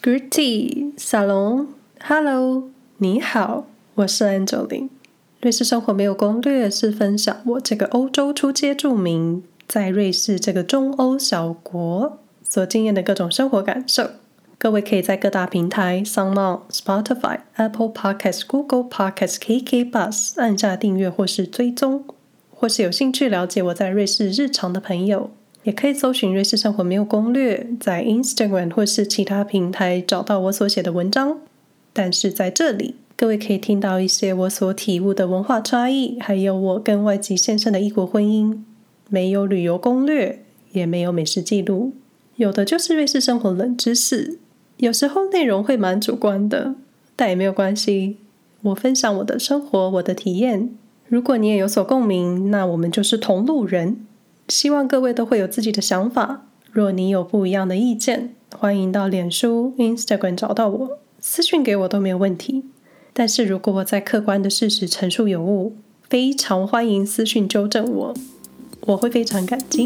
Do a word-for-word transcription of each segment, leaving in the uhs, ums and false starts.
Grüezi Salon Hello 你好，我是 Angeline。 瑞士生活没有攻略是分享我这个欧洲初阶住民在瑞士这个中欧小国所经验的各种生活感受。各位可以在各大平台 SoundOn、Spotify、Apple Podcast、Google Podcast、K K Bus 按下订阅或是追踪，或是有兴趣了解我在瑞士日常的朋友，也可以搜寻瑞士生活没有攻略，在 Instagram 或是其他平台找到我所写的文章。但是在这里各位可以听到一些我所体悟的文化差异，还有我跟外籍先生的异国婚姻。没有旅游攻略，也没有美食记录，有的就是瑞士生活冷知识。有时候内容会蛮主观的，但也没有关系，我分享我的生活，我的体验。如果你也有所共鸣，那我们就是同路人。希望各位都会有自己的想法，若你有不一样的意见，欢迎到脸书 Instagram 找到我，私讯给我都没有问题。但是如果我在客观的事实陈述有误，非常欢迎私讯纠正我，我会非常感激。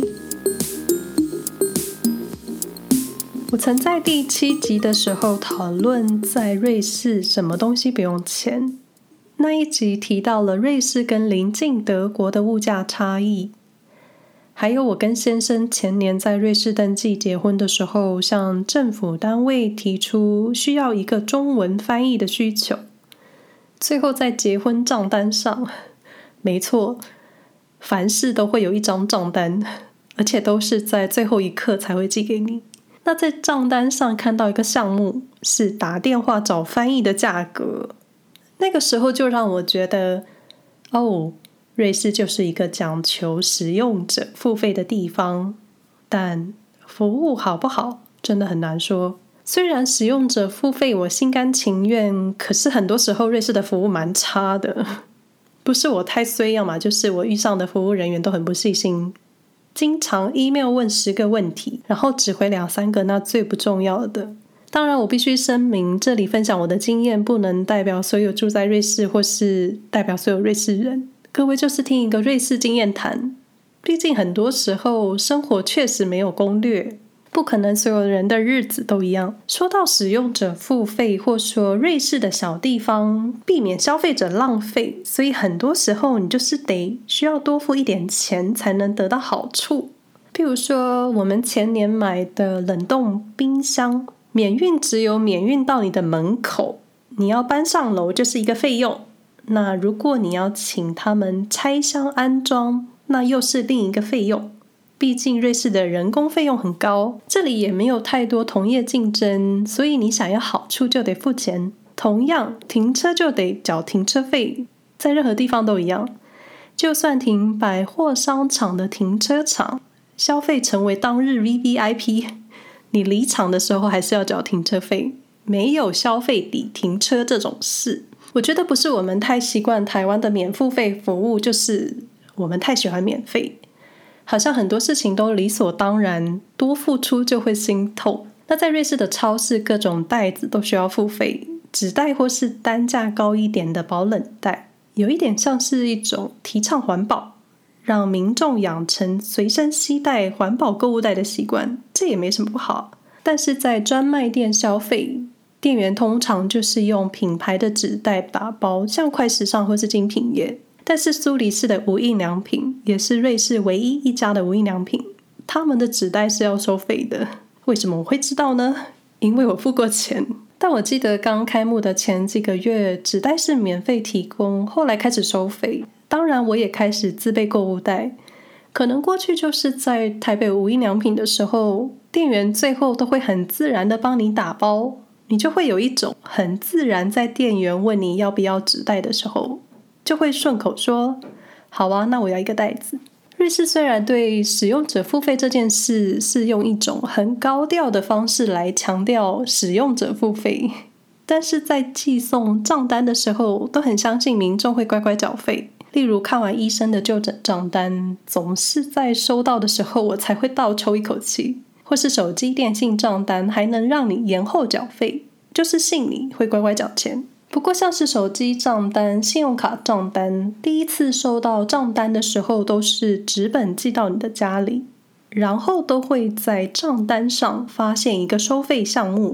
我曾在第七集的时候讨论在瑞士什么东西不用钱，那一集提到了瑞士跟邻近德国的物价差异，还有我跟先生前年在瑞士登记结婚的时候，向政府单位提出需要一个中文翻译的需求，最后在结婚账单上，没错，凡事都会有一张账单，而且都是在最后一刻才会寄给你。那在账单上看到一个项目是打电话找翻译的价格，那个时候就让我觉得，哦，瑞士就是一个讲求使用者付费的地方，但服务好不好真的很难说。虽然使用者付费我心甘情愿，可是很多时候瑞士的服务蛮差的，不是我太衰，要嘛就是我遇上的服务人员都很不细心，经常 email 问十个问题，然后只回两三个那最不重要的。当然我必须声明，这里分享我的经验不能代表所有住在瑞士，或是代表所有瑞士人，各位就是听一个瑞士经验谈。毕竟很多时候生活确实没有攻略，不可能所有人的日子都一样。说到使用者付费，或说瑞士的小地方避免消费者浪费，所以很多时候你就是得需要多付一点钱才能得到好处。譬如说我们前年买的冷冻冰箱，免运只有免运到你的门口，你要搬上楼就是一个费用，那如果你要请他们拆箱安装，那又是另一个费用。毕竟瑞士的人工费用很高，这里也没有太多同业竞争，所以你想要好处就得付钱。同样停车就得缴停车费，在任何地方都一样，就算停百货商场的停车场，消费成为当日 V V I P， 你离场的时候还是要缴停车费，没有消费抵停车这种事。我觉得不是我们太习惯台湾的免付费服务，就是我们太喜欢免费，好像很多事情都理所当然，多付出就会心痛。那在瑞士的超市，各种袋子都需要付费，纸袋或是单价高一点的保冷袋，有一点像是一种提倡环保，让民众养成随身携带环保购物袋的习惯，这也没什么不好。但是在专卖店消费，店员通常就是用品牌的纸袋打包，像快时尚或是精品业。但是苏黎世的无印良品也是瑞士唯一一家的无印良品，他们的纸袋是要收费的。为什么我会知道呢？因为我付过钱。但我记得刚开幕的前几个月，纸袋是免费提供，后来开始收费。当然我也开始自备购物袋，可能过去就是在台北无印良品的时候，店员最后都会很自然的帮你打包，你就会有一种很自然，在店员问你要不要纸袋的时候，就会顺口说好啊，那我要一个袋子。瑞士虽然对使用者付费这件事是用一种很高调的方式来强调使用者付费，但是在寄送账单的时候都很相信民众会乖乖缴费。例如看完医生的就诊账单，总是在收到的时候我才会倒抽一口气，或是手机电信账单还能让你延后缴费，就是信你会乖乖缴钱。不过像是手机账单、信用卡账单，第一次收到账单的时候都是纸本寄到你的家里，然后都会在账单上发现一个收费项目，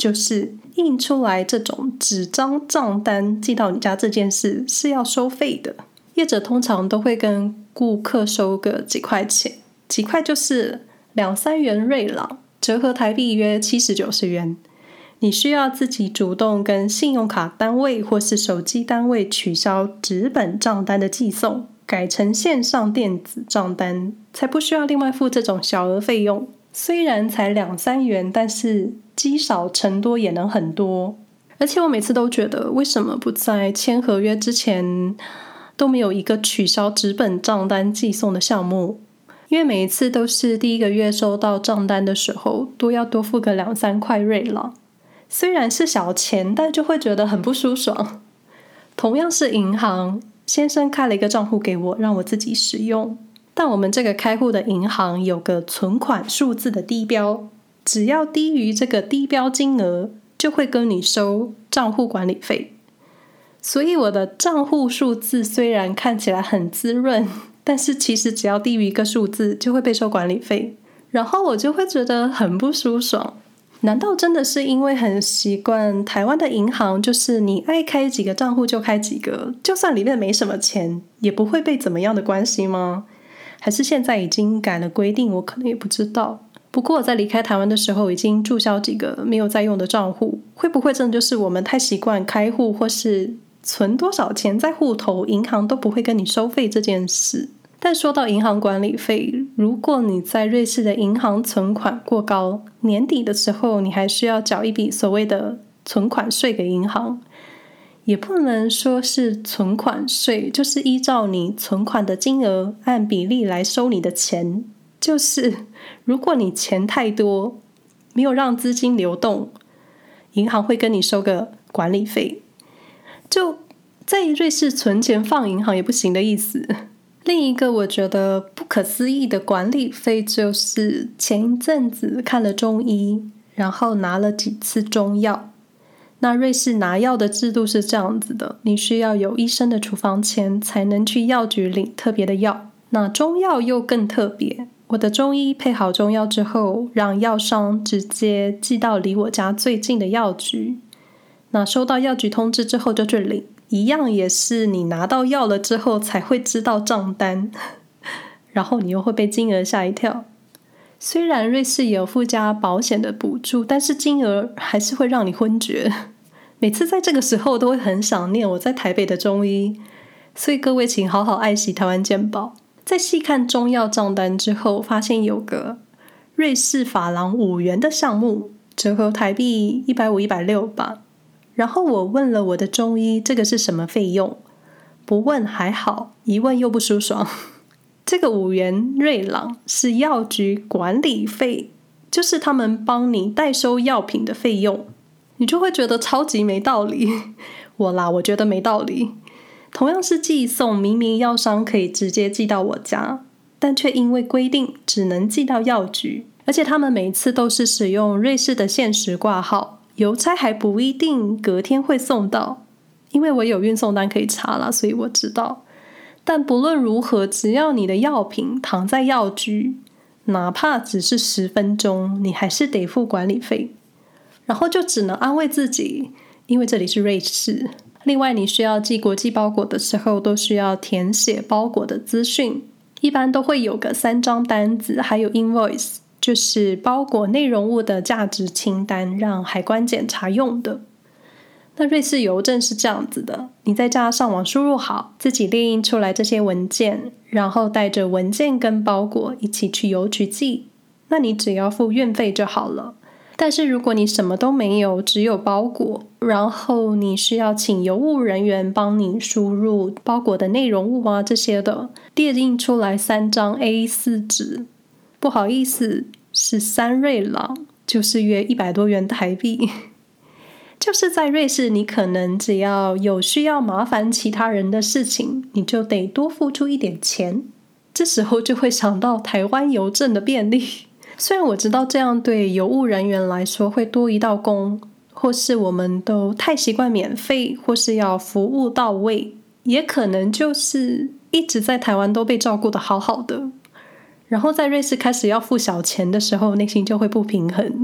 就是印出来这种纸张账单寄到你家这件事是要收费的。业者通常都会跟顾客收个几块钱，几块就是两三元瑞郎，折合台币约七十九十元。你需要自己主动跟信用卡单位或是手机单位取消纸本账单的寄送，改成线上电子账单，才不需要另外付这种小额费用。虽然才两三元，但是积少成多也能很多。而且我每次都觉得，为什么不在签合约之前都没有一个取消纸本账单寄送的项目？因为每一次都是第一个月收到账单的时候，都要多付个两三块瑞郎。虽然是小钱，但就会觉得很不舒爽。同样是银行，先生开了一个账户给我，让我自己使用。但我们这个开户的银行有个存款数字的低标，只要低于这个低标金额，就会跟你收账户管理费。所以我的账户数字虽然看起来很滋润，但是其实只要低于一个数字，就会被收管理费。然后我就会觉得很不舒爽。难道真的是因为很习惯台湾的银行，就是你爱开几个账户就开几个，就算里面没什么钱也不会被怎么样的关系吗？还是现在已经改了规定，我可能也不知道。不过我在离开台湾的时候已经注销几个没有在用的账户，会不会真的就是我们太习惯开户或是存多少钱在户头，银行都不会跟你收费这件事？但说到银行管理费，如果你在瑞士的银行存款过高，年底的时候你还需要缴一笔所谓的存款税给银行。也不能说是存款税，就是依照你存款的金额按比例来收你的钱。就是如果你钱太多，没有让资金流动，银行会跟你收个管理费。就在瑞士存钱放银行也不行的意思。另一个我觉得不可思议的管理费，就是前一阵子看了中医，然后拿了几次中药。那瑞士拿药的制度是这样子的，你需要有医生的处方签才能去药局领特别的药。那中药又更特别，我的中医配好中药之后，让药商直接寄到离我家最近的药局。那收到药局通知之后就去领，一样也是你拿到药了之后才会知道账单，然后你又会被金额吓一跳。虽然瑞士也有附加保险的补助，但是金额还是会让你昏厥。每次在这个时候都会很想念我在台北的中医，所以各位请好好爱惜台湾健保。在细看中药账单之后，发现有个瑞士法郎五元的项目，折合台币一百五、一百六吧。然后我问了我的中医，这个是什么费用？不问还好，一问又不舒爽。这个五元瑞郎是药局管理费，就是他们帮你代收药品的费用。你就会觉得超级没道理。我啦，我觉得没道理。同样是寄送，明明药商可以直接寄到我家，但却因为规定只能寄到药局，而且他们每次都是使用瑞士的限时挂号，邮差还不一定隔天会送到。因为我有运送单可以查啦，所以我知道。但不论如何，只要你的药品躺在药局，哪怕只是十分钟，你还是得付管理费。然后就只能安慰自己，因为这里是瑞士。另外你需要寄国际包裹的时候，都需要填写包裹的资讯，一般都会有个三张单子，还有 invoice， 就是包裹内容物的价值清单，让海关检查用的。那瑞士邮政是这样子的，你在家上网输入好，自己列印出来这些文件，然后带着文件跟包裹一起去邮局寄，那你只要付运费就好了。但是如果你什么都没有，只有包裹，然后你需要请邮务人员帮你输入包裹的内容物啊这些的，列印出来三张 A 四 纸，不好意思，是三瑞郎，就是约一百多元台币。就是在瑞士，你可能只要有需要麻烦其他人的事情，你就得多付出一点钱。这时候就会想到台湾邮政的便利。虽然我知道这样对邮务人员来说会多一道工，或是我们都太习惯免费，或是要服务到位，也可能就是一直在台湾都被照顾得好好的，然后在瑞士开始要付小钱的时候，内心就会不平衡。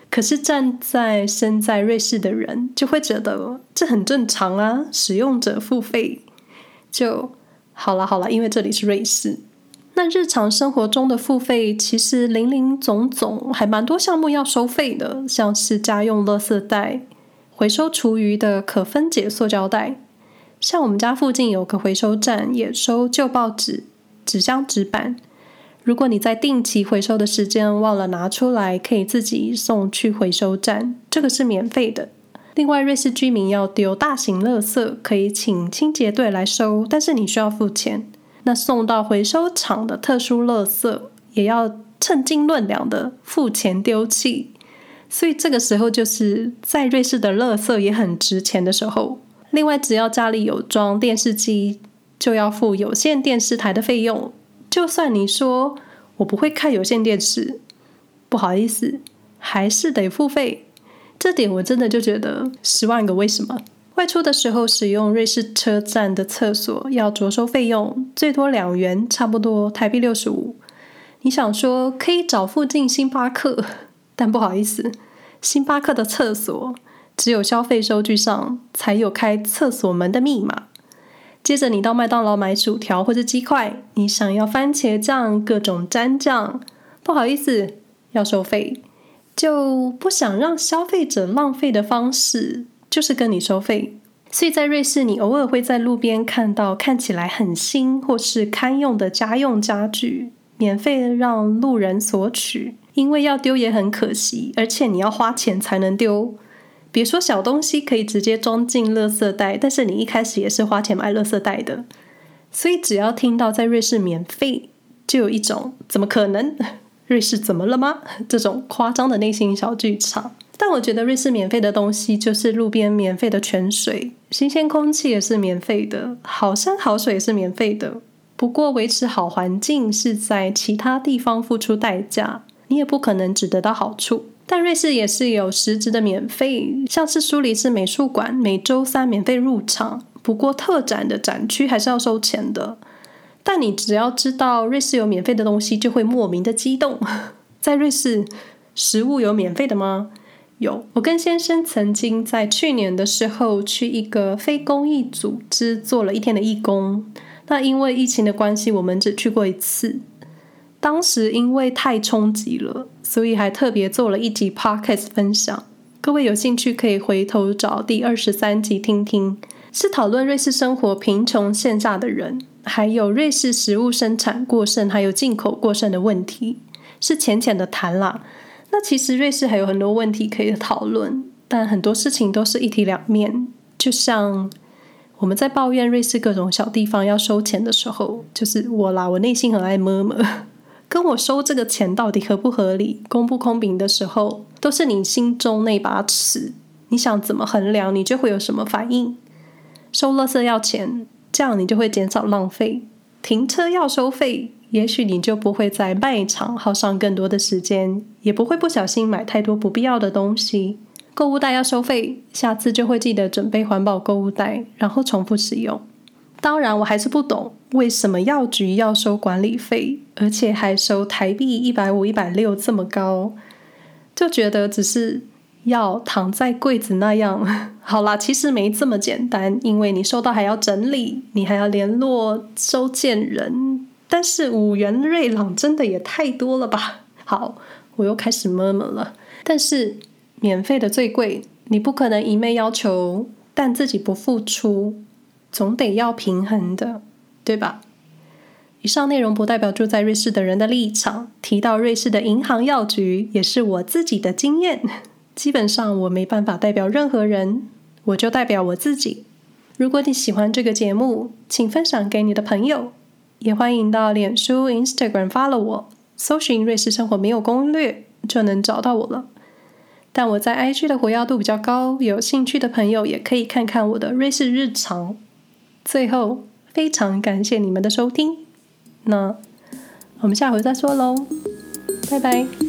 可是站在身在瑞士的人就会觉得这很正常啊，使用者付费就好啦好啦，因为这里是瑞士。那日常生活中的付费其实林林总总，还蛮多项目要收费的，像是家用垃圾袋、回收厨余的可分解塑胶袋。像我们家附近有个回收站，也收旧报纸、纸箱、纸板。如果你在定期回收的时间忘了拿出来，可以自己送去回收站，这个是免费的。另外，瑞士居民要丢大型垃圾，可以请清洁队来收，但是你需要付钱。那送到回收厂的特殊垃圾也要称斤论两的付钱丢弃，所以这个时候就是在瑞士的垃圾也很值钱的时候。另外，只要家里有装电视机，就要付有线电视台的费用。就算你说我不会看有线电视，不好意思，还是得付费。这点我真的就觉得十万个为什么。外出的时候使用瑞士车站的厕所要着收费用，最多两元，差不多台币六十五。你想说可以找附近星巴克，但不好意思，星巴克的厕所只有消费收据上才有开厕所门的密码。接着你到麦当劳买薯条或者鸡块，你想要番茄酱、各种蘸酱，不好意思，要收费。就不想让消费者浪费的方式就是跟你收费。所以在瑞士，你偶尔会在路边看到看起来很新或是堪用的家用家具，免费让路人索取，因为要丢也很可惜，而且你要花钱才能丢。别说小东西可以直接装进垃圾袋，但是你一开始也是花钱买垃圾袋的。所以只要听到在瑞士免费，就有一种怎么可能？瑞士怎么了吗？这种夸张的内心小剧场。但我觉得瑞士免费的东西就是路边免费的泉水，新鲜空气也是免费的，好山好水也是免费的。不过维持好环境是在其他地方付出代价，你也不可能只得到好处。但瑞士也是有实质的免费，像是苏黎世美术馆每周三免费入场，不过特展的展区还是要收钱的。但你只要知道瑞士有免费的东西，就会莫名的激动。在瑞士，食物有免费的吗？有。我跟先生曾经在去年的时候去一个非公益组织做了一天的义工，那因为疫情的关系，我们只去过一次。当时因为太冲击了，所以还特别做了一集 podcast 分享，各位有兴趣可以回头找第二十三集听听，是讨论瑞士生活贫穷线下的人，还有瑞士食物生产过剩还有进口过剩的问题，是浅浅的谈啦。那其实瑞士还有很多问题可以讨论，但很多事情都是一体两面。就像我们在抱怨瑞士各种小地方要收钱的时候，就是我啦，我内心很爱摸摸，跟我收这个钱到底合不合理、公不公平的时候，都是你心中那把尺，你想怎么衡量，你就会有什么反应。收垃圾要钱，这样你就会减少浪费；停车要收费，也许你就不会在卖场耗上更多的时间，也不会不小心买太多不必要的东西。购物袋要收费，下次就会记得准备环保购物袋，然后重复使用。当然我还是不懂为什么药局要收管理费，而且还收台币一百五十、一百六十这么高，就觉得只是要躺在柜子那样。好啦，其实没这么简单，因为你收到还要整理，你还要联络收件人，但是五元瑞郎真的也太多了吧。好，我又开始 murmur 了。但是免费的最贵，你不可能一昧要求但自己不付出，总得要平衡的，对吧？以上内容不代表住在瑞士的人的立场，提到瑞士的银行药局也是我自己的经验，基本上我没办法代表任何人，我就代表我自己。如果你喜欢这个节目，请分享给你的朋友，也欢迎到脸书 Instagram follow 我，搜寻瑞士生活没有攻略就能找到我了。但我在 I G 的活跃度比较高，有兴趣的朋友也可以看看我的瑞士日常。最后，非常感谢你们的收听，那我们下回再说咯，拜拜。